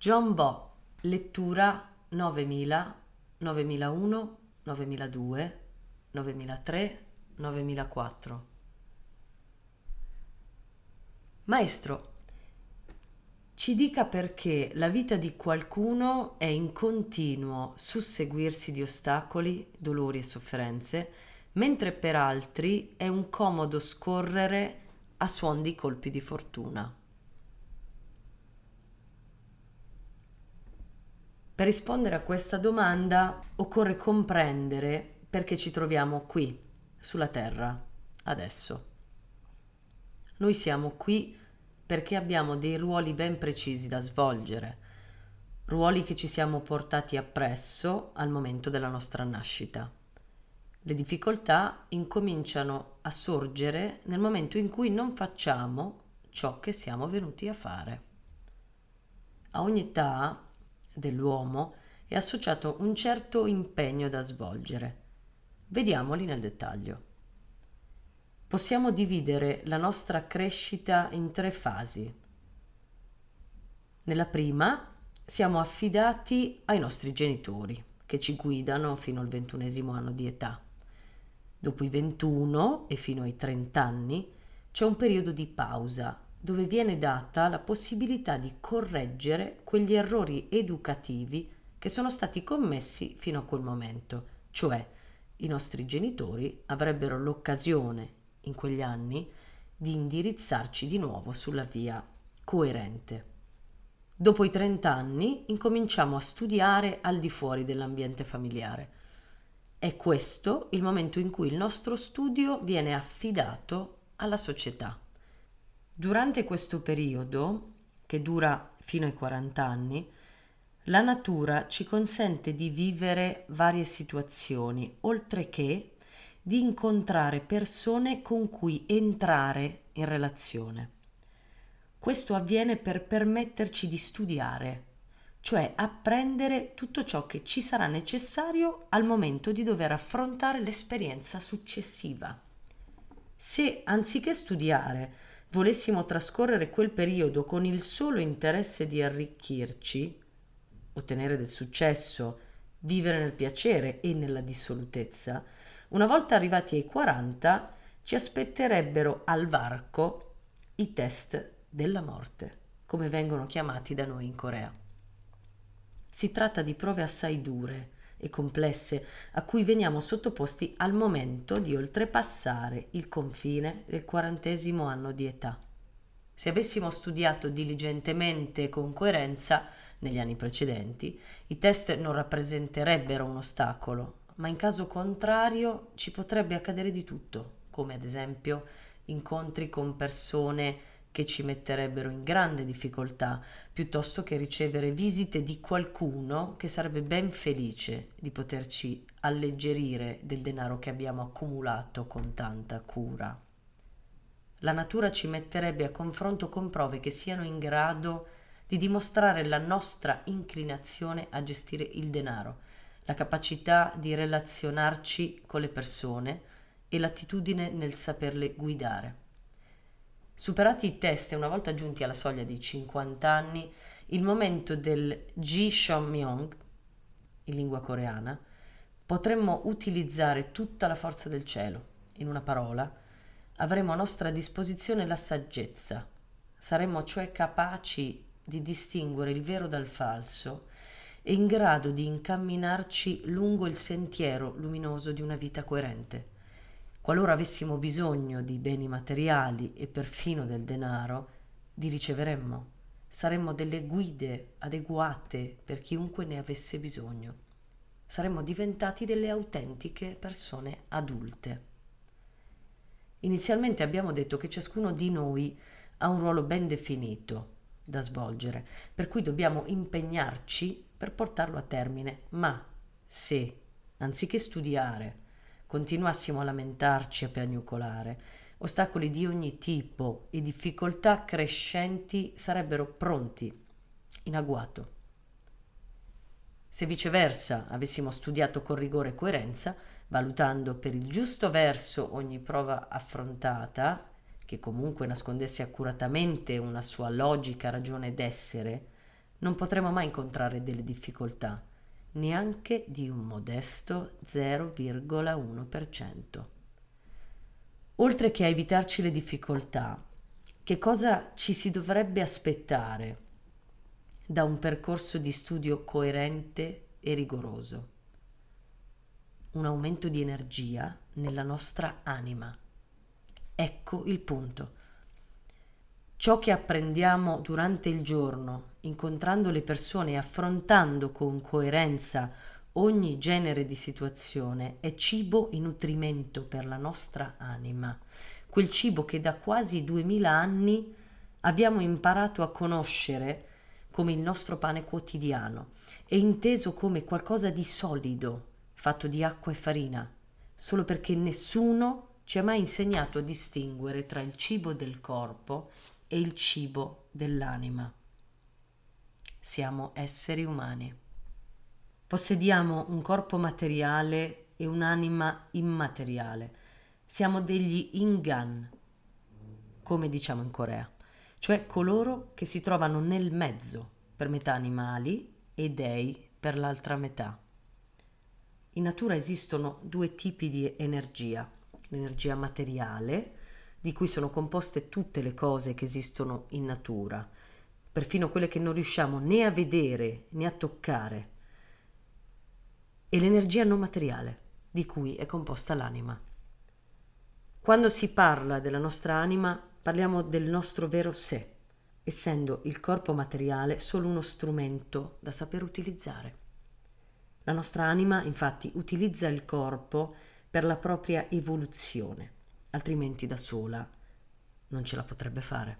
John Bo, lettura 9000, 9001, 9002, 9003, 9004. Maestro, ci dica perché la vita di qualcuno è in continuo susseguirsi di ostacoli, dolori e sofferenze, mentre per altri è un comodo scorrere a suon di colpi di fortuna. Per rispondere a questa domanda occorre comprendere perché ci troviamo qui, sulla Terra, adesso. Noi siamo qui perché abbiamo dei ruoli ben precisi da svolgere, ruoli che ci siamo portati appresso al momento della nostra nascita. Le difficoltà incominciano a sorgere nel momento in cui non facciamo ciò che siamo venuti a fare. A ogni età dell'uomo è associato un certo impegno da svolgere. Vediamoli nel dettaglio. Possiamo dividere la nostra crescita in 3 fasi. Nella prima siamo affidati ai nostri genitori, che ci guidano fino al 21° anno di età. Dopo i 21 e fino ai 30 anni c'è un periodo di pausa, dove viene data la possibilità di correggere quegli errori educativi che sono stati commessi fino a quel momento, cioè i nostri genitori avrebbero l'occasione in quegli anni di indirizzarci di nuovo sulla via coerente. Dopo i 30 anni incominciamo a studiare al di fuori dell'ambiente familiare. È questo il momento in cui il nostro studio viene affidato alla società. Durante questo periodo, che dura fino ai 40 anni, la natura ci consente di vivere varie situazioni, oltre che di incontrare persone con cui entrare in relazione. Questo avviene per permetterci di studiare, cioè apprendere tutto ciò che ci sarà necessario al momento di dover affrontare l'esperienza successiva. Se anziché studiare volessimo trascorrere quel periodo con il solo interesse di arricchirci, ottenere del successo, vivere nel piacere e nella dissolutezza, una volta arrivati ai 40 ci aspetterebbero al varco i test della morte, come vengono chiamati da noi in Corea. Si tratta di prove assai dure e complesse a cui veniamo sottoposti al momento di oltrepassare il confine del 40° anno di età. Se avessimo studiato diligentemente e con coerenza negli anni precedenti, i test non rappresenterebbero un ostacolo, ma in caso contrario ci potrebbe accadere di tutto, come ad esempio incontri con persone che ci metterebbero in grande difficoltà, piuttosto che ricevere visite di qualcuno che sarebbe ben felice di poterci alleggerire del denaro che abbiamo accumulato con tanta cura. La natura ci metterebbe a confronto con prove che siano in grado di dimostrare la nostra inclinazione a gestire il denaro, la capacità di relazionarci con le persone e l'attitudine nel saperle guidare. Superati i test e una volta giunti alla soglia dei 50 anni, il momento del Ji-Shom-myong, in lingua coreana, potremmo utilizzare tutta la forza del cielo. In una parola, avremo a nostra disposizione la saggezza. Saremmo cioè capaci di distinguere il vero dal falso e in grado di incamminarci lungo il sentiero luminoso di una vita coerente. Qualora avessimo bisogno di beni materiali e perfino del denaro, li riceveremmo. Saremmo delle guide adeguate per chiunque ne avesse bisogno. Saremmo diventati delle autentiche persone adulte. Inizialmente abbiamo detto che ciascuno di noi ha un ruolo ben definito da svolgere, per cui dobbiamo impegnarci per portarlo a termine, ma se, anziché studiare, continuassimo a lamentarci e a piagnucolare, ostacoli di ogni tipo e difficoltà crescenti sarebbero pronti in agguato. Se viceversa avessimo studiato con rigore e coerenza, valutando per il giusto verso ogni prova affrontata, che comunque nascondesse accuratamente una sua logica ragione d'essere, non potremo mai incontrare delle difficoltà, neanche di un modesto 0,1%. Oltre che a evitarci le difficoltà, che cosa ci si dovrebbe aspettare da un percorso di studio coerente e rigoroso? Un aumento di energia nella nostra anima. Ecco il punto. Ciò che apprendiamo durante il giorno, incontrando le persone e affrontando con coerenza ogni genere di situazione, è cibo e nutrimento per la nostra anima. Quel cibo che da quasi 2000 anni abbiamo imparato a conoscere come il nostro pane quotidiano e inteso come qualcosa di solido, fatto di acqua e farina, solo perché nessuno ci ha mai insegnato a distinguere tra il cibo del corpo e il cibo dell'anima. Siamo esseri umani. Possediamo un corpo materiale e un'anima immateriale. Siamo degli ingan, come diciamo in Corea, cioè coloro che si trovano nel mezzo, per metà animali e dei per l'altra metà. In natura esistono due tipi di energia: l'energia materiale, di cui sono composte tutte le cose che esistono in natura, perfino quelle che non riusciamo né a vedere né a toccare, e l'energia non materiale, di cui è composta l'anima. Quando si parla della nostra anima, parliamo del nostro vero sé, essendo il corpo materiale solo uno strumento da saper utilizzare. La nostra anima, infatti, utilizza il corpo per la propria evoluzione, altrimenti da sola non ce la potrebbe fare.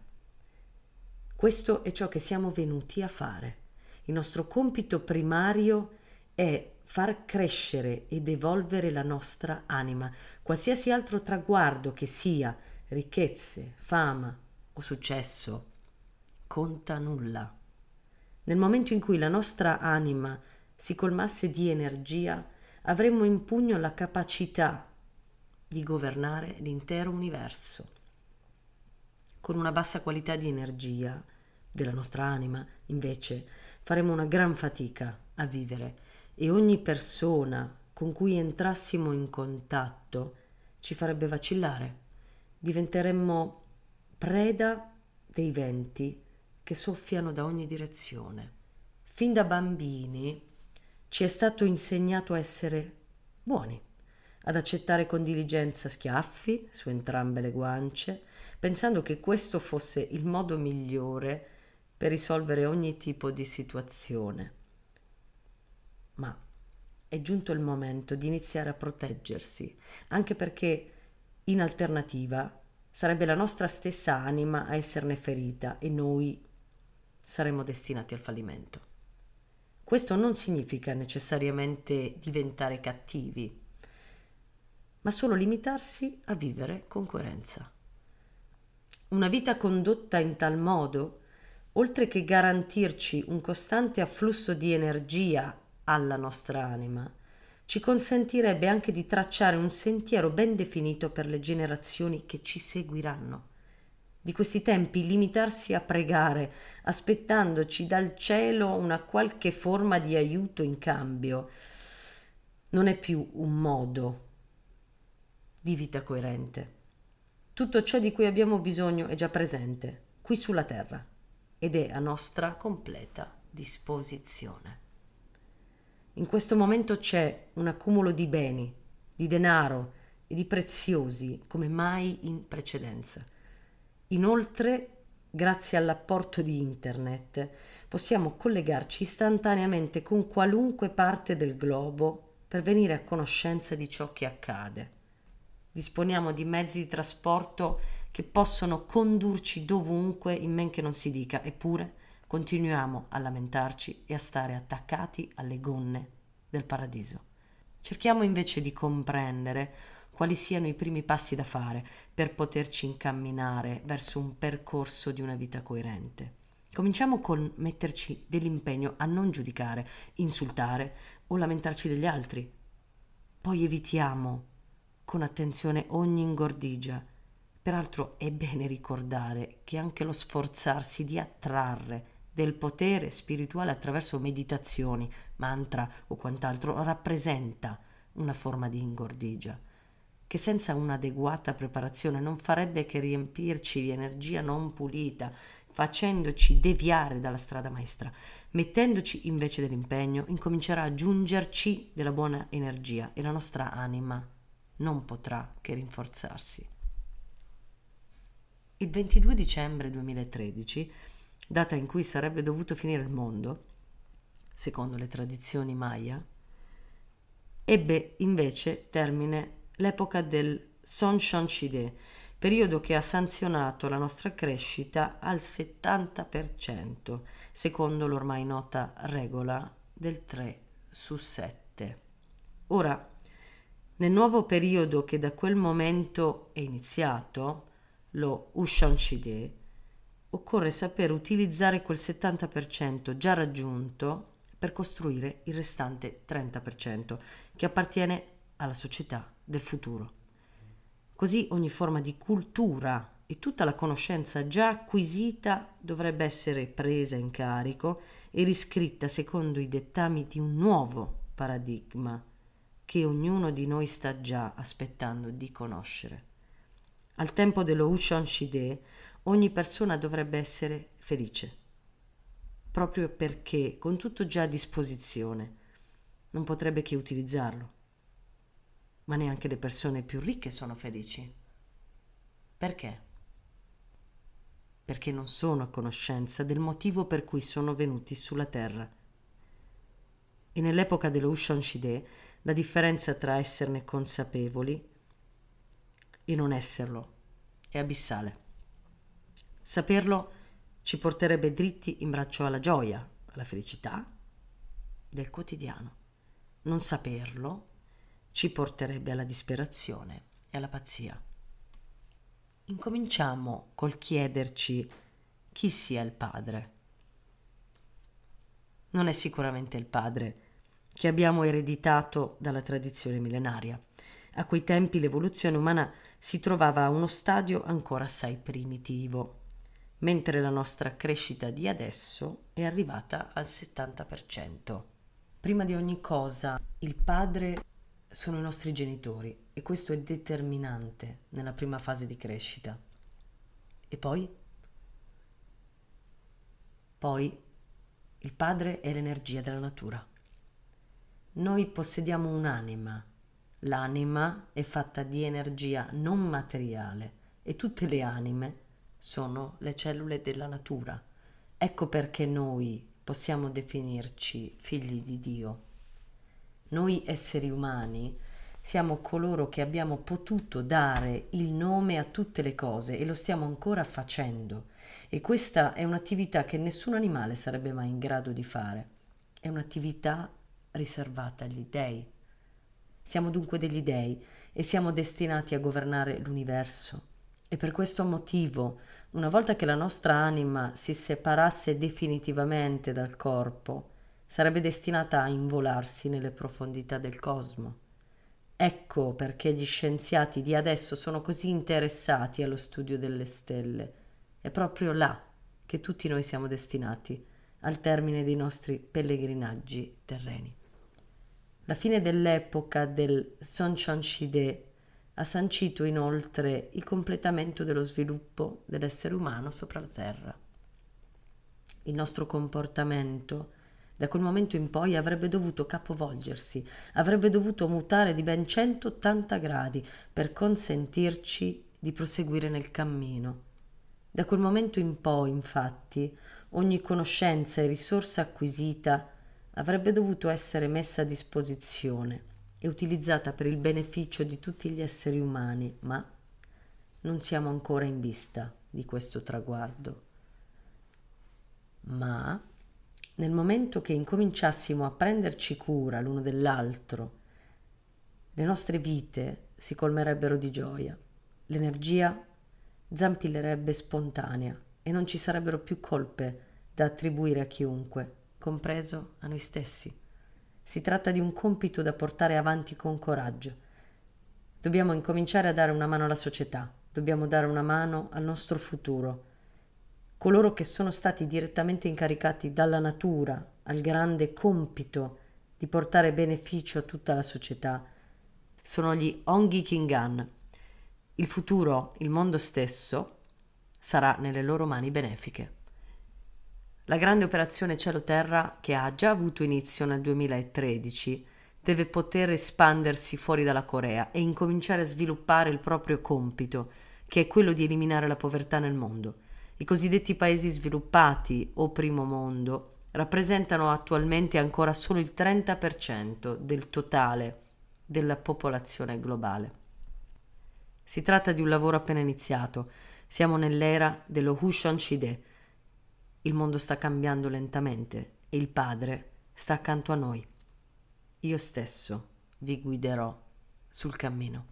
Questo è ciò che siamo venuti a fare. Il nostro compito primario è far crescere ed evolvere la nostra anima. Qualsiasi altro traguardo che sia, ricchezze, fama o successo, conta nulla. Nel momento in cui la nostra anima si colmasse di energia, avremmo in pugno la capacità di governare l'intero universo. Con una bassa qualità di energia della nostra anima, invece, faremo una gran fatica a vivere e ogni persona con cui entrassimo in contatto ci farebbe vacillare. Diventeremmo preda dei venti che soffiano da ogni direzione. Fin da bambini ci è stato insegnato a essere buoni, ad accettare con diligenza schiaffi su entrambe le guance, pensando che questo fosse il modo migliore per risolvere ogni tipo di situazione. Ma è giunto il momento di iniziare a proteggersi, anche perché in alternativa sarebbe la nostra stessa anima a esserne ferita e noi saremmo destinati al fallimento. Questo non significa necessariamente diventare cattivi, ma solo limitarsi a vivere con coerenza. Una vita condotta in tal modo, oltre che garantirci un costante afflusso di energia alla nostra anima, ci consentirebbe anche di tracciare un sentiero ben definito per le generazioni che ci seguiranno. Di questi tempi limitarsi a pregare, aspettandoci dal cielo una qualche forma di aiuto in cambio, non è più un modo di vita coerente. Tutto ciò di cui abbiamo bisogno è già presente, qui sulla terra, ed è a nostra completa disposizione. In questo momento c'è un accumulo di beni, di denaro e di preziosi come mai in precedenza. Inoltre, grazie all'apporto di internet, possiamo collegarci istantaneamente con qualunque parte del globo per venire a conoscenza di ciò che accade. Disponiamo di mezzi di trasporto che possono condurci dovunque in men che non si dica, eppure continuiamo a lamentarci e a stare attaccati alle gonne del paradiso. Cerchiamo invece di comprendere quali siano i primi passi da fare per poterci incamminare verso un percorso di una vita coerente. Cominciamo con metterci dell'impegno a non giudicare, insultare o lamentarci degli altri. Poi evitiamo con attenzione ogni ingordigia. Peraltro è bene ricordare che anche lo sforzarsi di attrarre del potere spirituale attraverso meditazioni, mantra o quant'altro rappresenta una forma di ingordigia, che senza un'adeguata preparazione non farebbe che riempirci di energia non pulita, facendoci deviare dalla strada maestra. Mettendoci invece dell'impegno, incomincerà a giungerci della buona energia e la nostra anima non potrà che rinforzarsi. Il 22 dicembre 2013, data in cui sarebbe dovuto finire il mondo, secondo le tradizioni Maya, ebbe invece termine l'epoca del Sonshon-shide, periodo che ha sanzionato la nostra crescita al 70%, secondo l'ormai nota regola del 3/7. Ora, nel nuovo periodo che da quel momento è iniziato, lo Ushon-shide, occorre saper utilizzare quel 70% già raggiunto per costruire il restante 30% che appartiene alla società del futuro. Così ogni forma di cultura e tutta la conoscenza già acquisita dovrebbe essere presa in carico e riscritta secondo i dettami di un nuovo paradigma che ognuno di noi sta già aspettando di conoscere. Al tempo dello Ushon-shide ogni persona dovrebbe essere felice, proprio perché con tutto già a disposizione non potrebbe che utilizzarlo. Ma neanche le persone più ricche sono felici. Perché? Perché non sono a conoscenza del motivo per cui sono venuti sulla Terra. E nell'epoca dello Ushon-shide la differenza tra esserne consapevoli e non esserlo è abissale. Saperlo ci porterebbe dritti in braccio alla gioia, alla felicità del quotidiano. Non saperlo ci porterebbe alla disperazione e alla pazzia. Incominciamo col chiederci chi sia il Padre. Non è sicuramente il Padre che abbiamo ereditato dalla tradizione millenaria. A quei tempi l'evoluzione umana si trovava a uno stadio ancora assai primitivo, mentre la nostra crescita di adesso è arrivata al 70%. Prima di ogni cosa, il Padre sono i nostri genitori e questo è determinante nella prima fase di crescita. E poi? Poi il Padre è l'energia della natura. Noi possediamo un'anima. L'anima è fatta di energia non materiale e tutte le anime sono le cellule della natura. Ecco perché noi possiamo definirci figli di Dio. Noi esseri umani siamo coloro che abbiamo potuto dare il nome a tutte le cose e lo stiamo ancora facendo. E questa è un'attività che nessun animale sarebbe mai in grado di fare. È un'attività riservata agli dei. Siamo dunque degli dei e siamo destinati a governare l'universo. E per questo motivo, una volta che la nostra anima si separasse definitivamente dal corpo, sarebbe destinata a involarsi nelle profondità del cosmo. Ecco perché gli scienziati di adesso sono così interessati allo studio delle stelle. È proprio là che tutti noi siamo destinati, al termine dei nostri pellegrinaggi terreni. La fine dell'epoca del Sonshon-shide ha sancito inoltre il completamento dello sviluppo dell'essere umano sopra la Terra. Il nostro comportamento da quel momento in poi avrebbe dovuto capovolgersi, avrebbe dovuto mutare di ben 180 gradi per consentirci di proseguire nel cammino. Da quel momento in poi, infatti, ogni conoscenza e risorsa acquisita avrebbe dovuto essere messa a disposizione e utilizzata per il beneficio di tutti gli esseri umani, ma non siamo ancora in vista di questo traguardo. Ma nel momento che incominciassimo a prenderci cura l'uno dell'altro, le nostre vite si colmerebbero di gioia, l'energia zampillerebbe spontanea e non ci sarebbero più colpe da attribuire a chiunque, compreso a noi stessi. Si tratta di un compito da portare avanti con coraggio. Dobbiamo incominciare a dare una mano alla società, dobbiamo dare una mano al nostro futuro, coloro che sono stati direttamente incaricati dalla natura al grande compito di portare beneficio a tutta la società, sono gli Ongi Kingan. Il futuro, il mondo stesso, sarà nelle loro mani benefiche. La grande operazione Cielo-Terra, che ha già avuto inizio nel 2013, deve poter espandersi fuori dalla Corea e incominciare a sviluppare il proprio compito, che è quello di eliminare la povertà nel mondo. I cosiddetti paesi sviluppati o primo mondo rappresentano attualmente ancora solo il 30% del totale della popolazione globale. Si tratta di un lavoro appena iniziato. Siamo nell'era dello Hushon Shide. Il mondo sta cambiando lentamente e il Padre sta accanto a noi. Io stesso vi guiderò sul cammino.